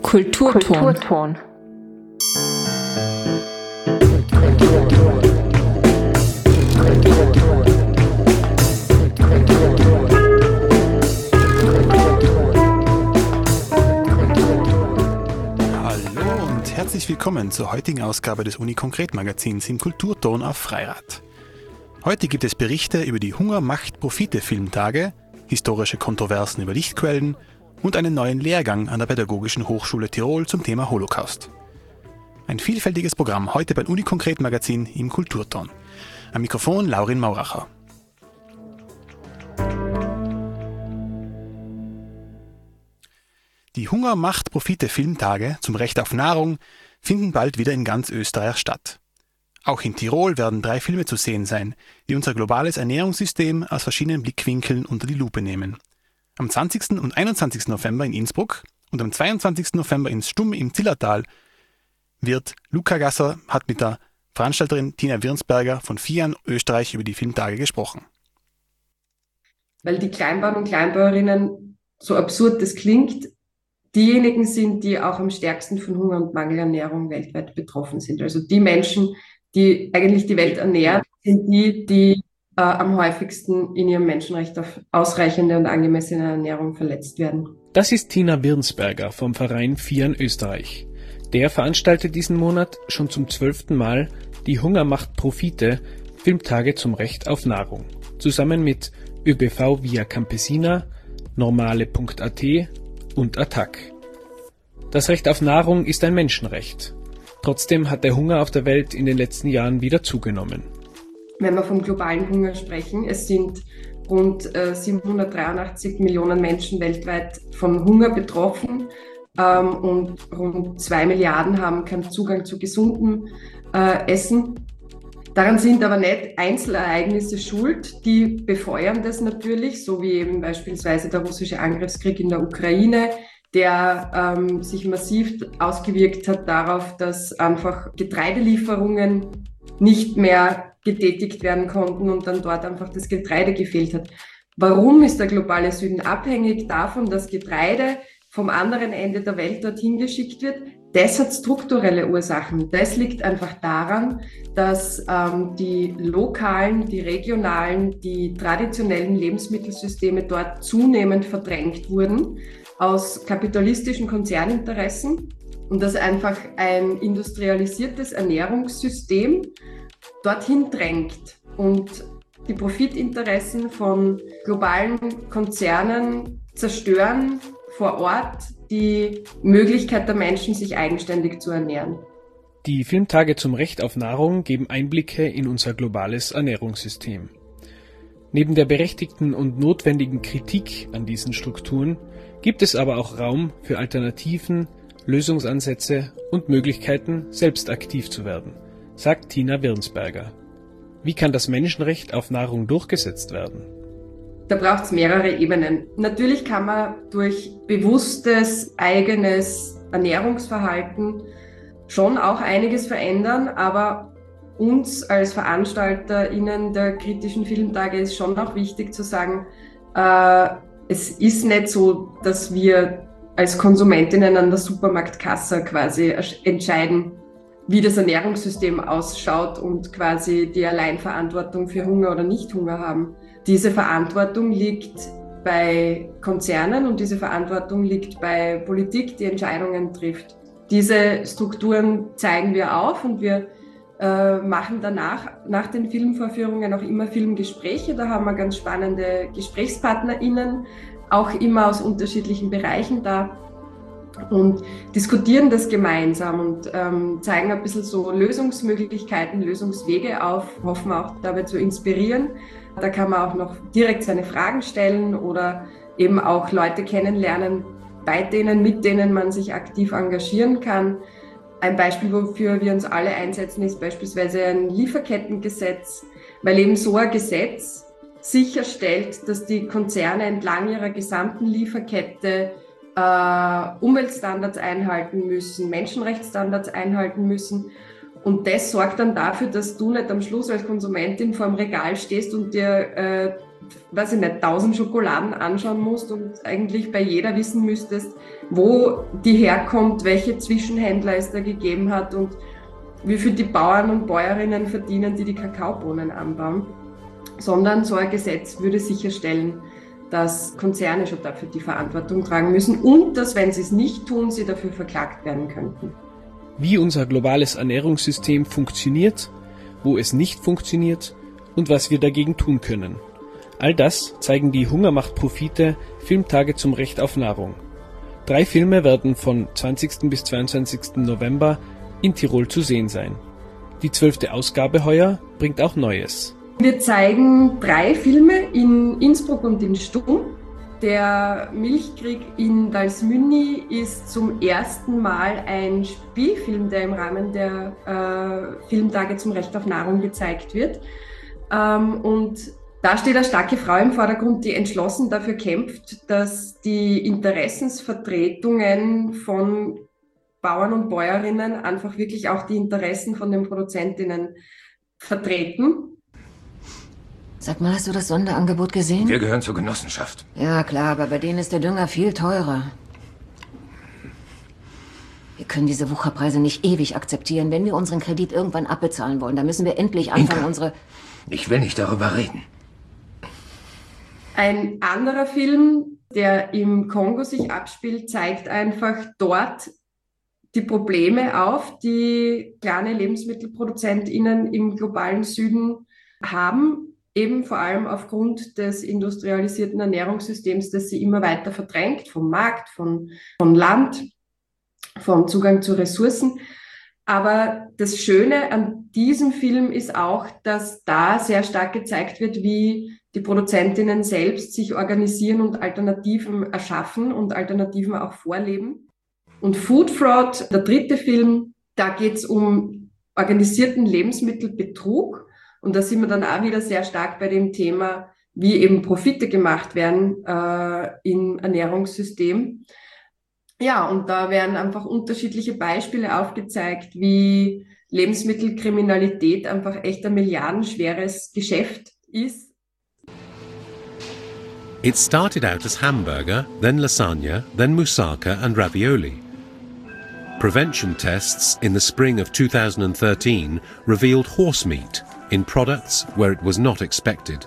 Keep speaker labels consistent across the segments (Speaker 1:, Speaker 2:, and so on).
Speaker 1: Kulturton.
Speaker 2: Hallo und herzlich willkommen zur heutigen Ausgabe des Uni-Konkret-Magazins im Kulturton auf Freirad. Heute gibt es Berichte über die Hunger-Macht-Profite-Filmtage, historische Kontroversen über Lichtquellen und einen neuen Lehrgang an der Pädagogischen Hochschule Tirol zum Thema Holocaust. Ein vielfältiges Programm heute beim Uni-Konkret-Magazin im Kulturton. Am Mikrofon Laurin Mauracher. Die Hunger-Macht-Profite-Filmtage zum Recht auf Nahrung finden bald wieder in ganz Österreich statt. Auch in Tirol werden 3 Filme zu sehen sein, die unser globales Ernährungssystem aus verschiedenen Blickwinkeln unter die Lupe nehmen. Am 20. und 21. November in Innsbruck und am 22. November in Stumm im Zillertal wird Luca Gasser hat mit der Veranstalterin Tina Wirnsberger von FIAN Österreich über die Filmtage gesprochen.
Speaker 3: Weil die Kleinbauern und Kleinbäuerinnen, so absurd das klingt, diejenigen sind, die auch am stärksten von Hunger und Mangelernährung weltweit betroffen sind. Also die Menschen, die eigentlich die Welt ernähren, sind die am häufigsten in ihrem Menschenrecht auf ausreichende und angemessene Ernährung verletzt werden.
Speaker 4: Das ist Tina Wirnsberger vom Verein FIAN Österreich. Der veranstaltet diesen Monat schon zum 12. Mal die Hunger macht Profite Filmtage zum Recht auf Nahrung, zusammen mit ÖBV Via Campesina, Normale.at und Attac. Das Recht auf Nahrung ist ein Menschenrecht. Trotzdem hat der Hunger auf der Welt in den letzten Jahren wieder zugenommen.
Speaker 3: Wenn wir vom globalen Hunger sprechen, es sind rund 783 Millionen Menschen weltweit von Hunger betroffen und rund 2 Milliarden haben keinen Zugang zu gesundem Essen. Daran sind aber nicht Einzelereignisse schuld, die befeuern das natürlich, so wie eben beispielsweise der russische Angriffskrieg in der Ukraine, der sich massiv ausgewirkt hat darauf, dass einfach Getreidelieferungen nicht mehr getätigt werden konnten und dann dort einfach das Getreide gefehlt hat. Warum ist der globale Süden abhängig davon, dass Getreide vom anderen Ende der Welt dorthin geschickt wird? Das hat strukturelle Ursachen. Das liegt einfach daran, dass die lokalen, die regionalen, die traditionellen Lebensmittelsysteme dort zunehmend verdrängt wurden aus kapitalistischen Konzerninteressen und dass einfach ein industrialisiertes Ernährungssystem dorthin drängt und die Profitinteressen von globalen Konzernen zerstören vor Ort die Möglichkeit der Menschen, sich eigenständig zu ernähren.
Speaker 4: Die Filmtage zum Recht auf Nahrung geben Einblicke in unser globales Ernährungssystem. Neben der berechtigten und notwendigen Kritik an diesen Strukturen gibt es aber auch Raum für Alternativen, Lösungsansätze und Möglichkeiten, selbst aktiv zu werden, sagt Tina Wirnsberger. Wie kann das Menschenrecht auf Nahrung durchgesetzt werden?
Speaker 3: Da braucht es mehrere Ebenen. Natürlich kann man durch bewusstes, eigenes Ernährungsverhalten schon auch einiges verändern, aber uns als VeranstalterInnen der kritischen Filmtage ist schon auch wichtig zu sagen, es ist nicht so, dass wir als Konsumentinnen an der Supermarktkasse quasi entscheiden, wie das Ernährungssystem ausschaut und quasi die Alleinverantwortung für Hunger oder Nicht-Hunger haben. Diese Verantwortung liegt bei Konzernen und diese Verantwortung liegt bei Politik, die Entscheidungen trifft. Diese Strukturen zeigen wir auf und wir machen danach, nach den Filmvorführungen auch immer Filmgespräche. Da haben wir ganz spannende GesprächspartnerInnen, auch immer aus unterschiedlichen Bereichen da und diskutieren das gemeinsam und zeigen ein bisschen so Lösungsmöglichkeiten, Lösungswege auf, hoffen auch dabei zu inspirieren. Da kann man auch noch direkt seine Fragen stellen oder eben auch Leute kennenlernen, bei denen, mit denen man sich aktiv engagieren kann. Ein Beispiel, wofür wir uns alle einsetzen, ist beispielsweise ein Lieferkettengesetz, weil eben so ein Gesetz sicherstellt, dass die Konzerne entlang ihrer gesamten Lieferkette Umweltstandards einhalten müssen, Menschenrechtsstandards einhalten müssen. Und das sorgt dann dafür, dass du nicht am Schluss als Konsumentin vor dem Regal stehst und dir weiß ich nicht, 1000 Schokoladen anschauen musst und eigentlich bei jeder wissen müsstest, wo die herkommt, welche Zwischenhändler es da gegeben hat und wie viel die Bauern und Bäuerinnen verdienen, die Kakaobohnen anbauen. Sondern so ein Gesetz würde sicherstellen, dass Konzerne schon dafür die Verantwortung tragen müssen und dass, wenn sie es nicht tun, sie dafür verklagt werden könnten.
Speaker 4: Wie unser globales Ernährungssystem funktioniert, wo es nicht funktioniert und was wir dagegen tun können. All das zeigen die Hungermacht-Profite Filmtage zum Recht auf Nahrung. 3 Filme werden von 20. bis 22. November in Tirol zu sehen sein. Die 12. Ausgabe heuer bringt auch Neues.
Speaker 3: Wir zeigen 3 Filme in Innsbruck und in Stum. Der Milchkrieg in Dalsmynni ist zum ersten Mal ein Spielfilm, der im Rahmen der Filmtage zum Recht auf Nahrung gezeigt wird. Und da steht eine starke Frau im Vordergrund, die entschlossen dafür kämpft, dass die Interessensvertretungen von Bauern und Bäuerinnen einfach wirklich auch die Interessen von den Produzentinnen vertreten.
Speaker 1: Sag mal, hast du das Sonderangebot gesehen?
Speaker 5: Wir gehören zur Genossenschaft.
Speaker 1: Ja, klar, aber bei denen ist der Dünger viel teurer. Wir können diese Wucherpreise nicht ewig akzeptieren. Wenn wir unseren Kredit irgendwann abbezahlen wollen, dann müssen wir endlich anfangen,
Speaker 5: Inka, ich will nicht darüber reden.
Speaker 3: Ein anderer Film, der im Kongo sich abspielt, zeigt einfach dort die Probleme auf, die kleine LebensmittelproduzentInnen im globalen Süden haben, eben vor allem aufgrund des industrialisierten Ernährungssystems, das sie immer weiter verdrängt, vom Markt, von Land, vom Zugang zu Ressourcen. Aber das Schöne an diesem Film ist auch, dass da sehr stark gezeigt wird, wie die Produzentinnen selbst sich organisieren und Alternativen erschaffen und Alternativen auch vorleben. Und Food Fraud, der 3. Film, da geht es um organisierten Lebensmittelbetrug. Und da sind wir dann auch wieder sehr stark bei dem Thema, wie eben Profite gemacht werden im Ernährungssystem. Ja, und da werden einfach unterschiedliche Beispiele aufgezeigt, wie Lebensmittelkriminalität einfach echt ein milliardenschweres Geschäft ist.
Speaker 6: It started out as hamburger, then lasagna, then moussaka and ravioli. Prevention tests in the spring of 2013 revealed horse meat in products where it was not expected.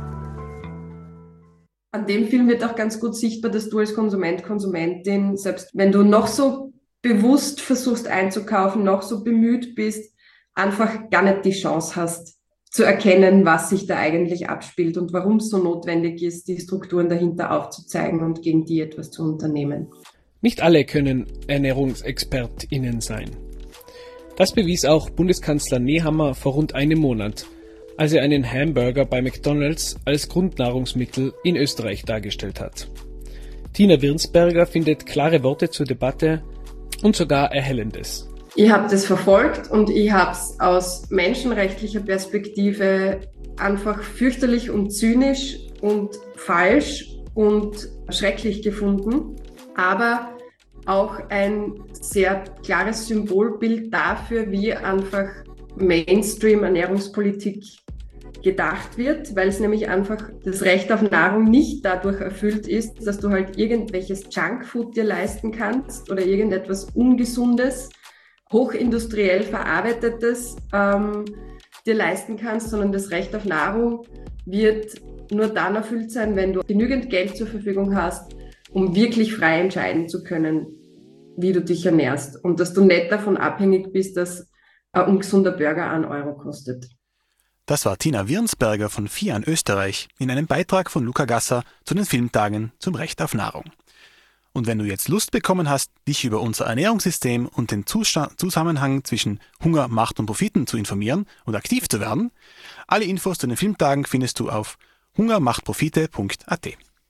Speaker 3: An dem Film wird auch ganz gut sichtbar, dass du als Konsumentin, selbst wenn du noch so bewusst versuchst einzukaufen, noch so bemüht bist, einfach gar nicht die Chance hast, zu erkennen, was sich da eigentlich abspielt und warum es so notwendig ist, die Strukturen dahinter aufzuzeigen und gegen die etwas zu unternehmen.
Speaker 4: Nicht alle können ErnährungsexpertInnen sein. Das bewies auch Bundeskanzler Nehammer vor rund einem Monat, als er einen Hamburger bei McDonald's als Grundnahrungsmittel in Österreich dargestellt hat. Tina Wirnsberger findet klare Worte zur Debatte und sogar Erhellendes.
Speaker 3: Ich habe das verfolgt und ich habe es aus menschenrechtlicher Perspektive einfach fürchterlich und zynisch und falsch und schrecklich gefunden, aber auch ein sehr klares Symbolbild dafür, wie einfach Mainstream-Ernährungspolitik gedacht wird, weil es nämlich einfach das Recht auf Nahrung nicht dadurch erfüllt ist, dass du halt irgendwelches Junkfood dir leisten kannst oder irgendetwas Ungesundes, hochindustriell verarbeitetes dir leisten kannst, sondern das Recht auf Nahrung wird nur dann erfüllt sein, wenn du genügend Geld zur Verfügung hast, um wirklich frei entscheiden zu können, wie du dich ernährst und dass du nicht davon abhängig bist, dass ein ungesunder Burger 1 Euro kostet.
Speaker 2: Das war Tina Wirnsberger von FIAN Österreich in einem Beitrag von Luca Gasser zu den Filmtagen zum Recht auf Nahrung. Und wenn du jetzt Lust bekommen hast, dich über unser Ernährungssystem und den Zusammenhang zwischen Hunger, Macht und Profiten zu informieren und aktiv zu werden, alle Infos zu den Filmtagen findest du auf hungermachtprofite.at.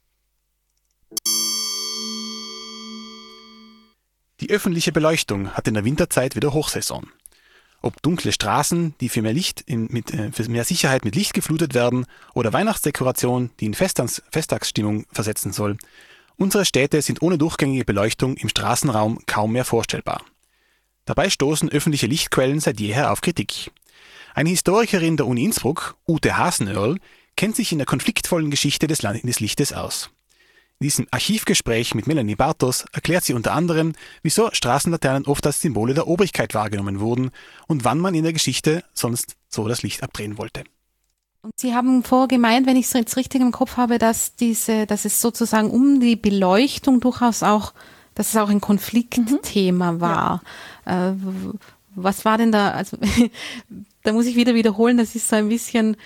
Speaker 2: Die öffentliche Beleuchtung hat in der Winterzeit wieder Hochsaison. Ob dunkle Straßen, die für mehr Sicherheit mit Licht geflutet werden, oder Weihnachtsdekoration, die in Festtagsstimmung versetzen soll, unsere Städte sind ohne durchgängige Beleuchtung im Straßenraum kaum mehr vorstellbar. Dabei stoßen öffentliche Lichtquellen seit jeher auf Kritik. Eine Historikerin der Uni Innsbruck, Ute Hasenöhrl, kennt sich in der konfliktvollen Geschichte des Lichtes aus. In diesem Archivgespräch mit Melanie Bartos erklärt sie unter anderem, wieso Straßenlaternen oft als Symbole der Obrigkeit wahrgenommen wurden und wann man in der Geschichte sonst so das Licht abdrehen wollte.
Speaker 7: Und Sie haben vorher gemeint, wenn ich es jetzt richtig im Kopf habe, dass es sozusagen um die Beleuchtung durchaus auch, dass es auch ein Konfliktthema war. Ja. Was war denn da, also da muss ich wieder wiederholen, das ist so ein bisschen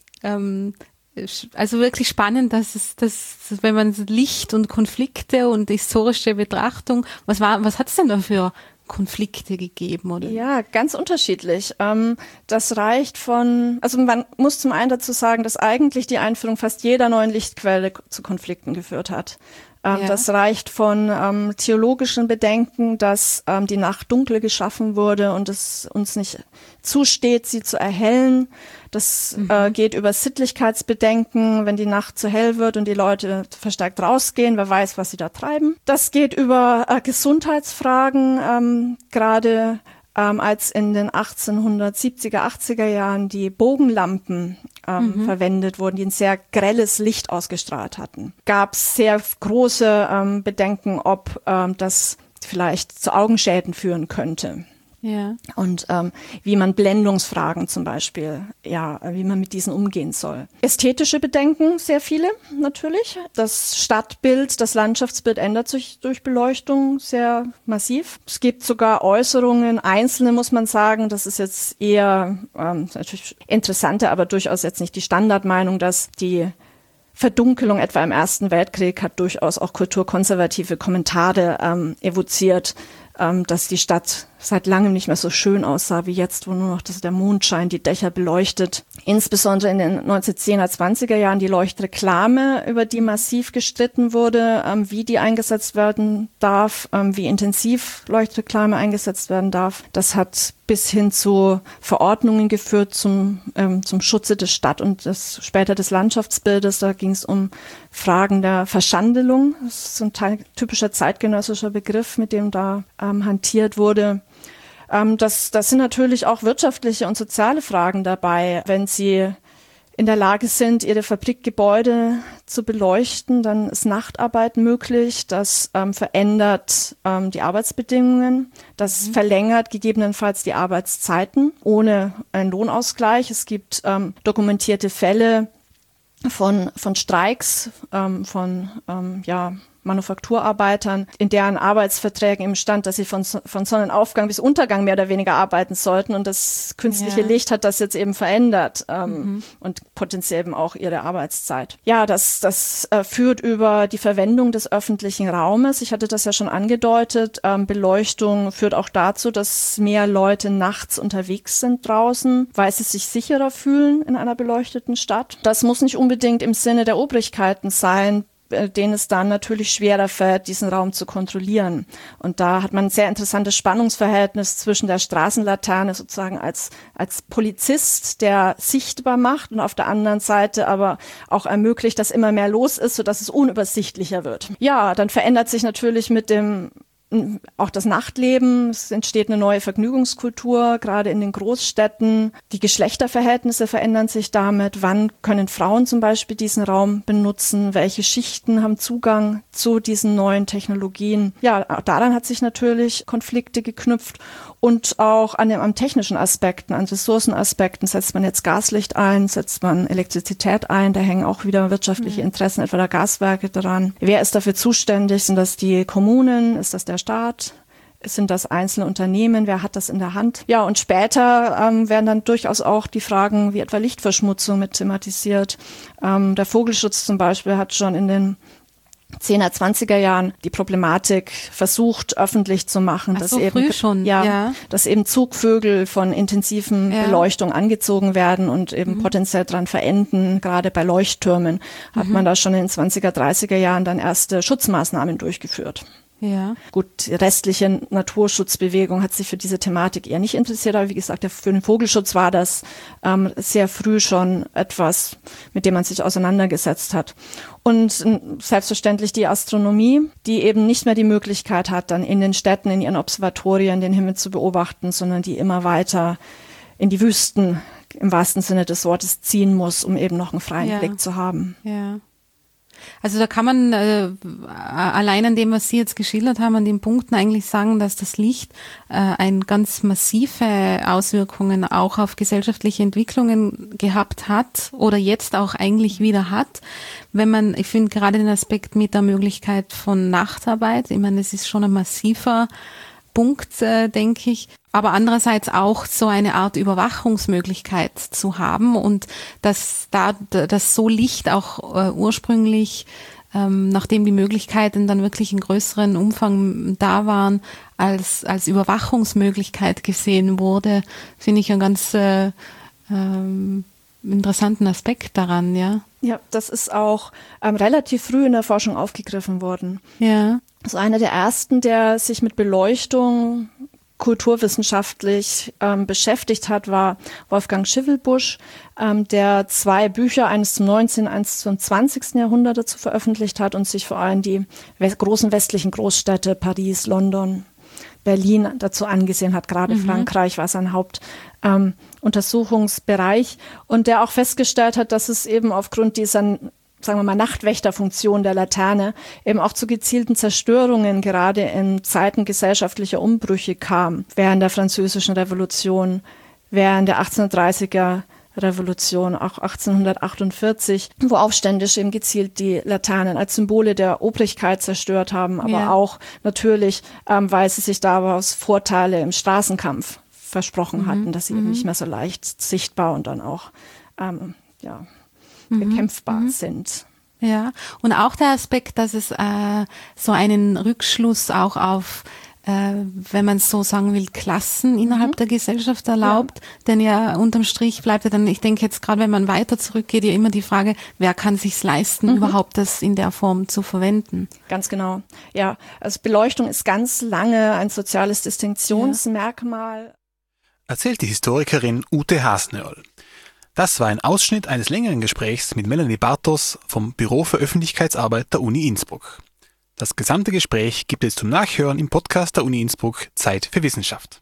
Speaker 7: also wirklich spannend, dass wenn man Licht und Konflikte und historische Betrachtung, was hat es denn da für Konflikte gegeben, oder?
Speaker 8: Ja, ganz unterschiedlich. Das reicht also man muss zum einen dazu sagen, dass eigentlich die Einführung fast jeder neuen Lichtquelle zu Konflikten geführt hat. Das reicht von theologischen Bedenken, dass die Nacht dunkel geschaffen wurde und es uns nicht zusteht, sie zu erhellen. Das geht über Sittlichkeitsbedenken, wenn die Nacht zu hell wird und die Leute verstärkt rausgehen, wer weiß, was sie da treiben. Das geht über Gesundheitsfragen, gerade als in den 1870er, 80er Jahren die Bogenlampen verwendet wurden, die ein sehr grelles Licht ausgestrahlt hatten. Gab es sehr große Bedenken, ob das vielleicht zu Augenschäden führen könnte. Ja. Und wie man Blendungsfragen zum Beispiel, wie man mit diesen umgehen soll. Ästhetische Bedenken, sehr viele natürlich. Das Stadtbild, das Landschaftsbild ändert sich durch Beleuchtung sehr massiv. Es gibt sogar Äußerungen, einzelne muss man sagen, das ist jetzt eher natürlich interessanter, aber durchaus jetzt nicht die Standardmeinung, dass die Verdunkelung etwa im Ersten Weltkrieg hat durchaus auch kulturkonservative Kommentare evoziert, dass die Stadt seit langem nicht mehr so schön aussah wie jetzt, wo nur noch der Mondschein die Dächer beleuchtet. Insbesondere in den 1910er, 20er Jahren die Leuchtreklame, über die massiv gestritten wurde, wie die eingesetzt werden darf, wie intensiv Leuchtreklame eingesetzt werden darf. Das hat bis hin zu Verordnungen geführt zum Schutze des Stadt- und später des Landschaftsbildes. Da ging es um Fragen der Verschandelung. Das ist so ein typischer zeitgenössischer Begriff, mit dem da hantiert wurde. Das sind natürlich auch wirtschaftliche und soziale Fragen dabei. Wenn Sie in der Lage sind, Ihre Fabrikgebäude zu beleuchten, dann ist Nachtarbeit möglich. Das verändert die Arbeitsbedingungen. Das verlängert gegebenenfalls die Arbeitszeiten ohne einen Lohnausgleich. Es gibt dokumentierte Fälle von Streiks, von Manufakturarbeitern, in deren Arbeitsverträgen eben stand, dass sie von Sonnenaufgang bis Untergang mehr oder weniger arbeiten sollten, und das künstliche Licht hat das jetzt eben verändert und potenziell eben auch ihre Arbeitszeit. Ja, das führt über die Verwendung des öffentlichen Raumes. Ich hatte das ja schon angedeutet. Beleuchtung führt auch dazu, dass mehr Leute nachts unterwegs sind draußen, weil sie sich sicherer fühlen in einer beleuchteten Stadt. Das muss nicht unbedingt im Sinne der Obrigkeiten sein, denen es dann natürlich schwerer fällt, diesen Raum zu kontrollieren. Und da hat man ein sehr interessantes Spannungsverhältnis zwischen der Straßenlaterne sozusagen als Polizist, der sichtbar macht, und auf der anderen Seite aber auch ermöglicht, dass immer mehr los ist, sodass es unübersichtlicher wird. Ja, dann verändert sich natürlich auch das Nachtleben. Es entsteht eine neue Vergnügungskultur, gerade in den Großstädten. Die Geschlechterverhältnisse verändern sich damit. Wann können Frauen zum Beispiel diesen Raum benutzen? Welche Schichten haben Zugang zu diesen neuen Technologien? Ja, daran hat sich natürlich Konflikte geknüpft. Und auch an technischen Aspekten, an Ressourcenaspekten. Setzt man jetzt Gaslicht ein, setzt man Elektrizität ein, da hängen auch wieder wirtschaftliche Interessen, etwa der Gaswerke dran. Wer ist dafür zuständig? Sind das die Kommunen? Ist das der Staat? Sind das einzelne Unternehmen? Wer hat das in der Hand? Ja, und später werden dann durchaus auch die Fragen wie etwa Lichtverschmutzung mit thematisiert. Der Vogelschutz zum Beispiel hat schon in den 10er, 20er Jahren die Problematik versucht, öffentlich zu machen, dass eben Zugvögel von intensiven Beleuchtung angezogen werden und eben potenziell dran verenden. Gerade bei Leuchttürmen hat man da schon in den 20er, 30er Jahren dann erste Schutzmaßnahmen durchgeführt. Ja. Gut, die restliche Naturschutzbewegung hat sich für diese Thematik eher nicht interessiert, aber wie gesagt, für den Vogelschutz war das sehr früh schon etwas, mit dem man sich auseinandergesetzt hat. Und selbstverständlich die Astronomie, die eben nicht mehr die Möglichkeit hat, dann in den Städten, in ihren Observatorien den Himmel zu beobachten, sondern die immer weiter in die Wüsten im wahrsten Sinne des Wortes ziehen muss, um eben noch einen freien Blick zu haben.
Speaker 7: Ja. Also da kann man allein an dem, was Sie jetzt geschildert haben, an den Punkten eigentlich sagen, dass das Licht ganz massive Auswirkungen auch auf gesellschaftliche Entwicklungen gehabt hat oder jetzt auch eigentlich wieder hat. Ich finde gerade den Aspekt mit der Möglichkeit von Nachtarbeit, ich meine, das ist schon ein massiver Punkt, denke ich. Aber andererseits auch so eine Art Überwachungsmöglichkeit zu haben und dass so Licht auch ursprünglich, nachdem die Möglichkeiten dann wirklich in größeren Umfang da waren, als Überwachungsmöglichkeit gesehen wurde, finde ich einen ganz interessanten Aspekt daran, ja.
Speaker 8: Ja, das ist auch relativ früh in der Forschung aufgegriffen worden.
Speaker 7: Ja.
Speaker 8: Also einer der ersten, der sich mit Beleuchtung kulturwissenschaftlich beschäftigt hat, war Wolfgang Schivelbusch, der 2 Bücher, eines zum 19., eines zum 20. Jahrhundert dazu veröffentlicht hat und sich vor allem die großen westlichen Großstädte Paris, London, Berlin dazu angesehen hat. Gerade Frankreich war sein Hauptuntersuchungsbereich und der auch festgestellt hat, dass es eben aufgrund dieser, sagen wir mal, Nachtwächterfunktion der Laterne eben auch zu gezielten Zerstörungen gerade in Zeiten gesellschaftlicher Umbrüche kam. Während der Französischen Revolution, während der 1830er Revolution, auch 1848, wo Aufständische eben gezielt die Laternen als Symbole der Obrigkeit zerstört haben, aber auch natürlich, weil sie sich daraus Vorteile im Straßenkampf versprochen hatten, dass sie eben nicht mehr so leicht sichtbar und dann auch bekämpfbar sind.
Speaker 7: Ja, und auch der Aspekt, dass es so einen Rückschluss auch auf, wenn man so sagen will, Klassen innerhalb der Gesellschaft erlaubt, denn ja unterm Strich bleibt ja dann, ich denke jetzt gerade, wenn man weiter zurückgeht, ja immer die Frage, wer kann sich's leisten, überhaupt das in der Form zu verwenden?
Speaker 8: Ganz genau. Ja, also Beleuchtung ist ganz lange ein soziales Distinktionsmerkmal.
Speaker 2: Erzählt die Historikerin Ute Hasnörl. Das war ein Ausschnitt eines längeren Gesprächs mit Melanie Bartos vom Büro für Öffentlichkeitsarbeit der Uni Innsbruck. Das gesamte Gespräch gibt es zum Nachhören im Podcast der Uni Innsbruck Zeit für Wissenschaft.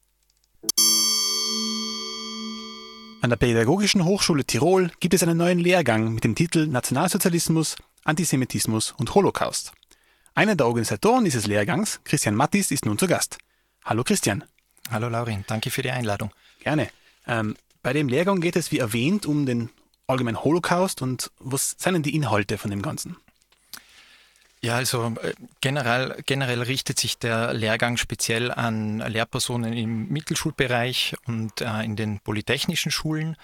Speaker 2: An der Pädagogischen Hochschule Tirol gibt es einen neuen Lehrgang mit dem Titel Nationalsozialismus, Antisemitismus und Holocaust. Einer der Organisatoren dieses Lehrgangs, Christian Mattis, ist nun zu Gast. Hallo Christian.
Speaker 9: Hallo Laurin, danke für die Einladung.
Speaker 2: Gerne. Bei dem Lehrgang geht es, wie erwähnt, um den allgemeinen Holocaust und was sind denn die Inhalte von dem Ganzen?
Speaker 9: Ja, also generell richtet sich der Lehrgang speziell an Lehrpersonen im Mittelschulbereich und in den polytechnischen Schulen.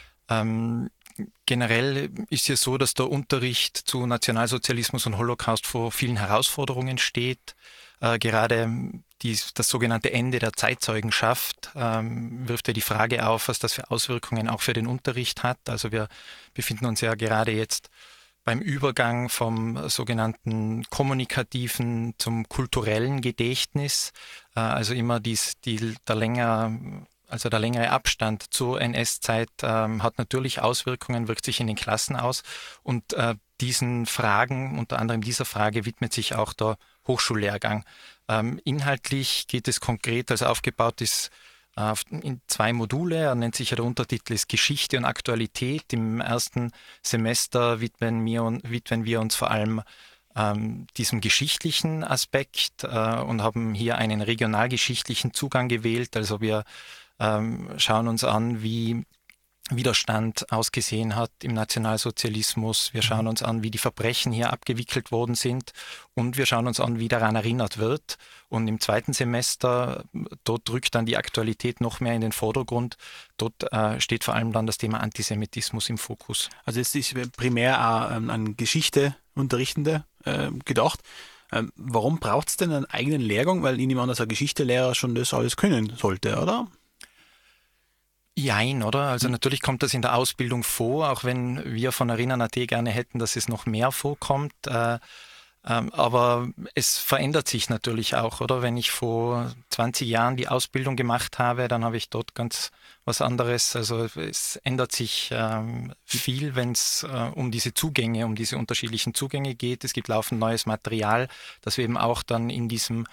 Speaker 9: Generell ist es so, dass der Unterricht zu Nationalsozialismus und Holocaust vor vielen Herausforderungen steht. Gerade das sogenannte Ende der Zeitzeugenschaft wirft ja die Frage auf, was das für Auswirkungen auch für den Unterricht hat. Also wir befinden uns ja gerade jetzt beim Übergang vom sogenannten kommunikativen zum kulturellen Gedächtnis. Also immer der längere Abstand zur NS-Zeit hat natürlich Auswirkungen, wirkt sich in den Klassen aus. Und diesen Fragen, unter anderem dieser Frage, widmet sich auch der Hochschullehrgang. Inhaltlich geht es konkret, also aufgebaut ist in 2 Module. Er nennt sich ja, der Untertitel ist Geschichte und Aktualität. Im ersten Semester widmen wir uns vor allem diesem geschichtlichen Aspekt und haben hier einen regionalgeschichtlichen Zugang gewählt. Also wir schauen uns an, wie Widerstand ausgesehen hat im Nationalsozialismus. Wir schauen uns an, wie die Verbrechen hier abgewickelt worden sind und wir schauen uns an, wie daran erinnert wird. Und im 2. Semester, dort rückt dann die Aktualität noch mehr in den Vordergrund. Dort steht vor allem dann das Thema Antisemitismus im Fokus.
Speaker 2: Also es ist primär auch an Geschichte Unterrichtende gedacht. Warum braucht es denn einen eigenen Lehrgang? Weil ich nehme an, dass ein Geschichtelehrer schon das alles können sollte, oder?
Speaker 9: Jein, oder? Also natürlich kommt das in der Ausbildung vor, auch wenn wir von Erinnern.at gerne hätten, dass es noch mehr vorkommt. Aber es verändert sich natürlich auch, oder? Wenn ich vor 20 Jahren die Ausbildung gemacht habe, dann habe ich dort ganz was anderes. Also es ändert sich viel, wenn es um diese unterschiedlichen Zugänge geht. Es gibt laufend neues Material, das wir eben auch dann in diesem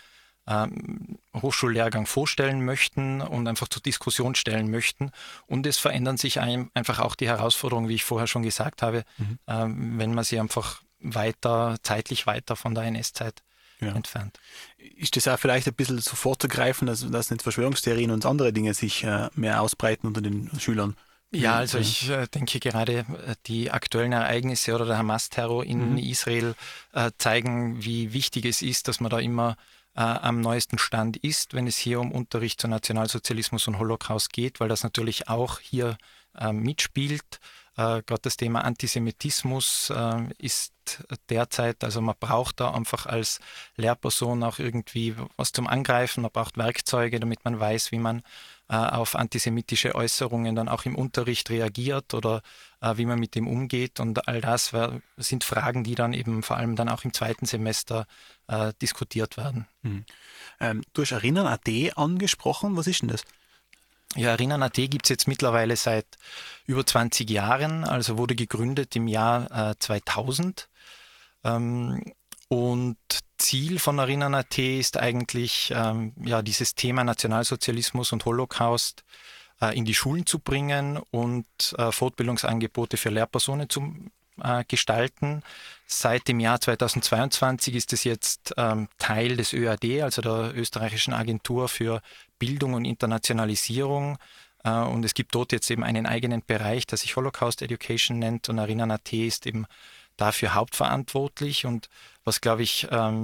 Speaker 9: Hochschullehrgang vorstellen möchten und einfach zur Diskussion stellen möchten. Und es verändern sich einfach auch die Herausforderungen, wie ich vorher schon gesagt habe, wenn man sie einfach zeitlich weiter von der NS-Zeit entfernt.
Speaker 2: Ist das auch vielleicht ein bisschen so vorzugreifen, dass nicht Verschwörungstheorien und andere Dinge sich mehr ausbreiten unter den Schülern?
Speaker 9: Ja, also ich denke gerade die aktuellen Ereignisse oder der Hamas-Terror in Israel zeigen, wie wichtig es ist, dass man da immer am neuesten Stand ist, wenn es hier um Unterricht zu Nationalsozialismus und Holocaust geht, weil das natürlich auch hier mitspielt. Gerade das Thema Antisemitismus ist derzeit, also man braucht da einfach als Lehrperson auch irgendwie was zum Angreifen, man braucht Werkzeuge, damit man weiß, wie man auf antisemitische Äußerungen dann auch im Unterricht reagiert oder wie man mit dem umgeht. Und all das sind Fragen, die dann eben vor allem dann auch im zweiten Semester diskutiert werden.
Speaker 2: Du hast Erinnern.at angesprochen, was ist denn das?
Speaker 9: Ja, Erinnern.at gibt es jetzt mittlerweile seit über 20 Jahren, also wurde gegründet im Jahr 2000. Und Ziel von Erinnern.at ist eigentlich, dieses Thema Nationalsozialismus und Holocaust in die Schulen zu bringen und Fortbildungsangebote für Lehrpersonen zu gestalten. Seit dem Jahr 2022 ist es jetzt Teil des ÖAD, also der Österreichischen Agentur für Bildung und Internationalisierung. Und es gibt dort jetzt eben einen eigenen Bereich, der sich Holocaust Education nennt, und Erinnern.at ist eben dafür hauptverantwortlich. Und was, glaube ich,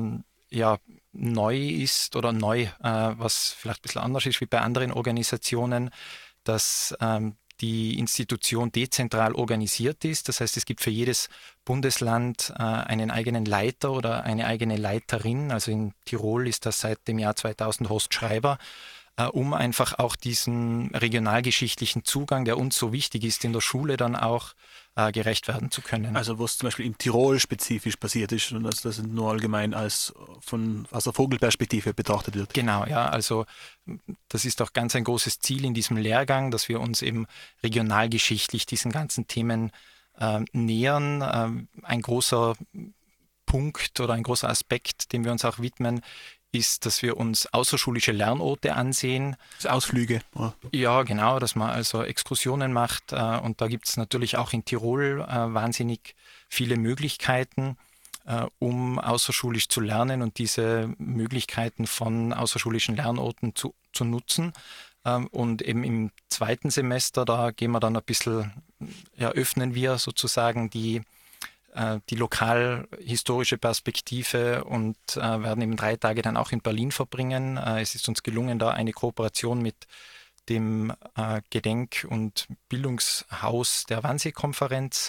Speaker 9: neu ist oder was vielleicht ein bisschen anders ist wie bei anderen Organisationen, dass die Institution dezentral organisiert ist. Das heißt, es gibt für jedes Bundesland einen eigenen Leiter oder eine eigene Leiterin. Also in Tirol ist das seit dem Jahr 2000 Horst Schreiber, um einfach auch diesen regionalgeschichtlichen Zugang, der uns so wichtig ist, in der Schule dann auch gerecht werden zu können.
Speaker 2: Also was zum Beispiel in Tirol spezifisch passiert ist und dass das nur allgemein aus der Vogelperspektive betrachtet wird.
Speaker 9: Genau, ja, also das ist auch ganz ein großes Ziel in diesem Lehrgang, dass wir uns eben regionalgeschichtlich diesen ganzen Themen nähern. Ein großer Punkt oder ein großer Aspekt, dem wir uns auch widmen, ist, dass wir uns außerschulische Lernorte ansehen.
Speaker 2: Das Ausflüge. Oder?
Speaker 9: Ja, genau, dass man also Exkursionen macht. Und da gibt es natürlich auch in Tirol wahnsinnig viele Möglichkeiten, um außerschulisch zu lernen und diese Möglichkeiten von außerschulischen Lernorten zu nutzen. Und eben im zweiten Semester, da gehen wir dann ein bisschen, öffnen wir sozusagen die lokal-historische Perspektive und werden eben 3 Tage dann auch in Berlin verbringen. Es ist uns gelungen, da eine Kooperation mit dem Gedenk- und Bildungshaus der Wannsee-Konferenz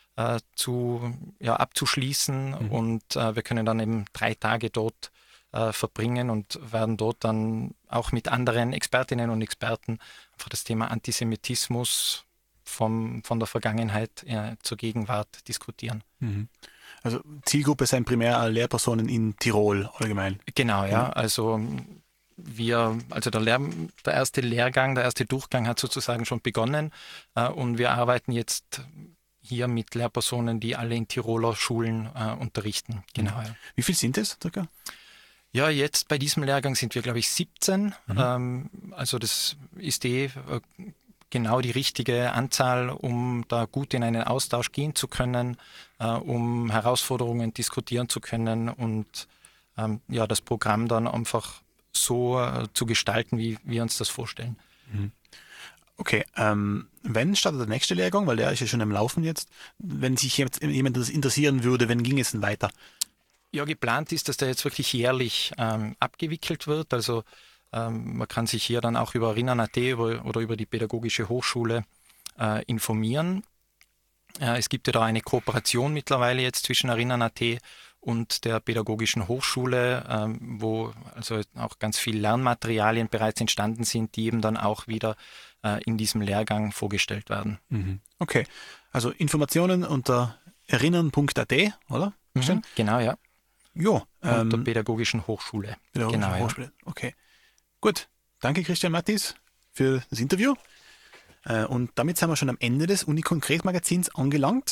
Speaker 9: abzuschließen. Und wir können dann eben 3 Tage dort verbringen und werden dort dann auch mit anderen Expertinnen und Experten einfach das Thema Antisemitismus von der Vergangenheit zur Gegenwart diskutieren.
Speaker 2: Also Zielgruppe sind primär Lehrpersonen in Tirol allgemein.
Speaker 9: Genau, ja. Also der erste Lehrgang, der erste Durchgang hat sozusagen schon begonnen und wir arbeiten jetzt hier mit Lehrpersonen, die alle in Tiroler Schulen unterrichten. Genau. Ja.
Speaker 2: Wie viel sind es circa?
Speaker 9: Ja, jetzt bei diesem Lehrgang sind wir, glaube ich, 17. Also das ist genau die richtige Anzahl, um da gut in einen Austausch gehen zu können, um Herausforderungen diskutieren zu können und das Programm dann einfach so zu gestalten, wie wir uns das vorstellen.
Speaker 2: Okay, wenn startet der nächste Lehrgang, weil der ist ja schon am Laufen jetzt, wenn sich jemand das interessieren würde, wann ging es denn weiter?
Speaker 9: Ja, geplant ist, dass der jetzt wirklich jährlich abgewickelt wird, also man kann sich hier dann auch über Erinnern.at oder über die Pädagogische Hochschule informieren. Es gibt ja da eine Kooperation mittlerweile jetzt zwischen Erinnern.at und der Pädagogischen Hochschule, wo also auch ganz viele Lernmaterialien bereits entstanden sind, die eben dann auch wieder in diesem Lehrgang vorgestellt werden.
Speaker 2: Okay, also Informationen unter erinnern.at, oder?
Speaker 9: Genau, ja.
Speaker 2: Jo,
Speaker 9: und der Pädagogischen Hochschule.
Speaker 2: Hochschule. Okay. Gut, danke Christian Mattis für das Interview. Und damit sind wir schon am Ende des Uni-Konkret-Magazins angelangt.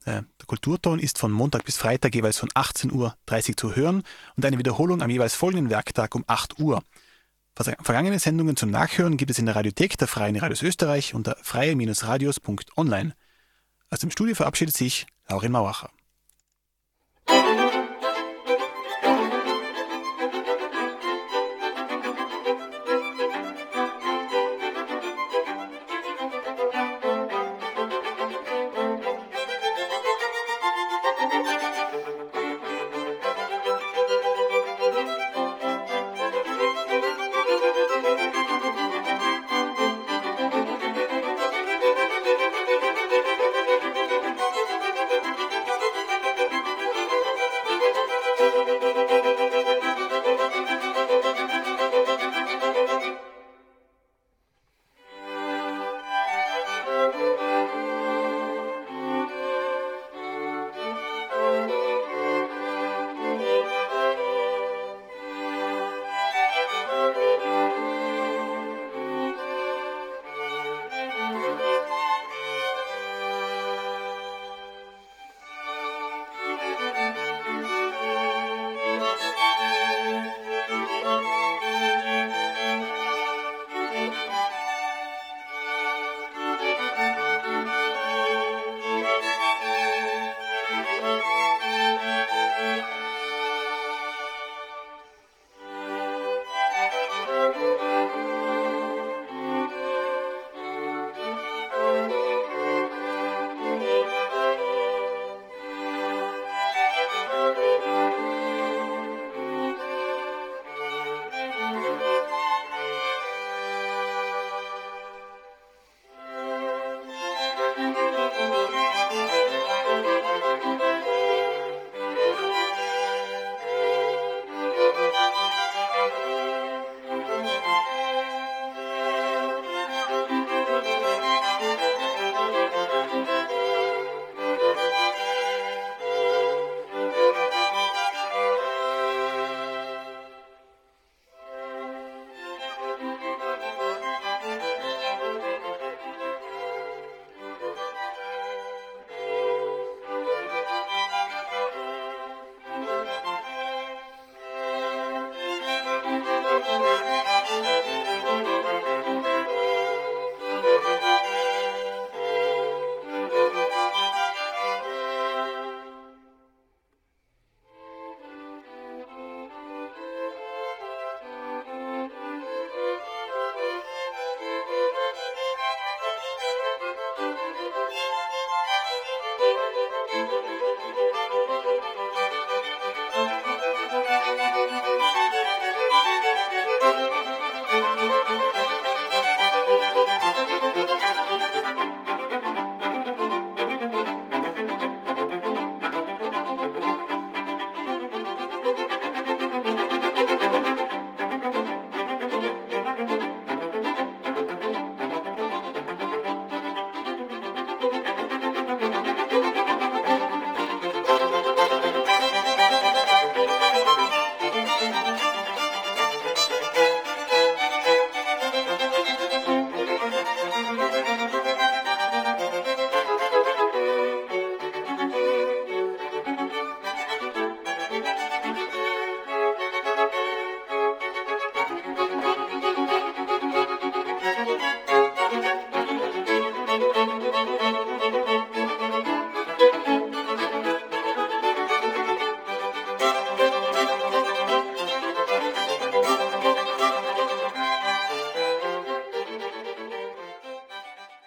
Speaker 2: Der Kulturton ist von Montag bis Freitag jeweils von 18:30 Uhr zu hören und eine Wiederholung am jeweils folgenden Werktag um 8 Uhr. Vergangene Sendungen zum Nachhören gibt es in der Radiothek der Freien Radios Österreich unter freie-radios.online. Aus dem Studio verabschiedet sich Laurin Mauacher.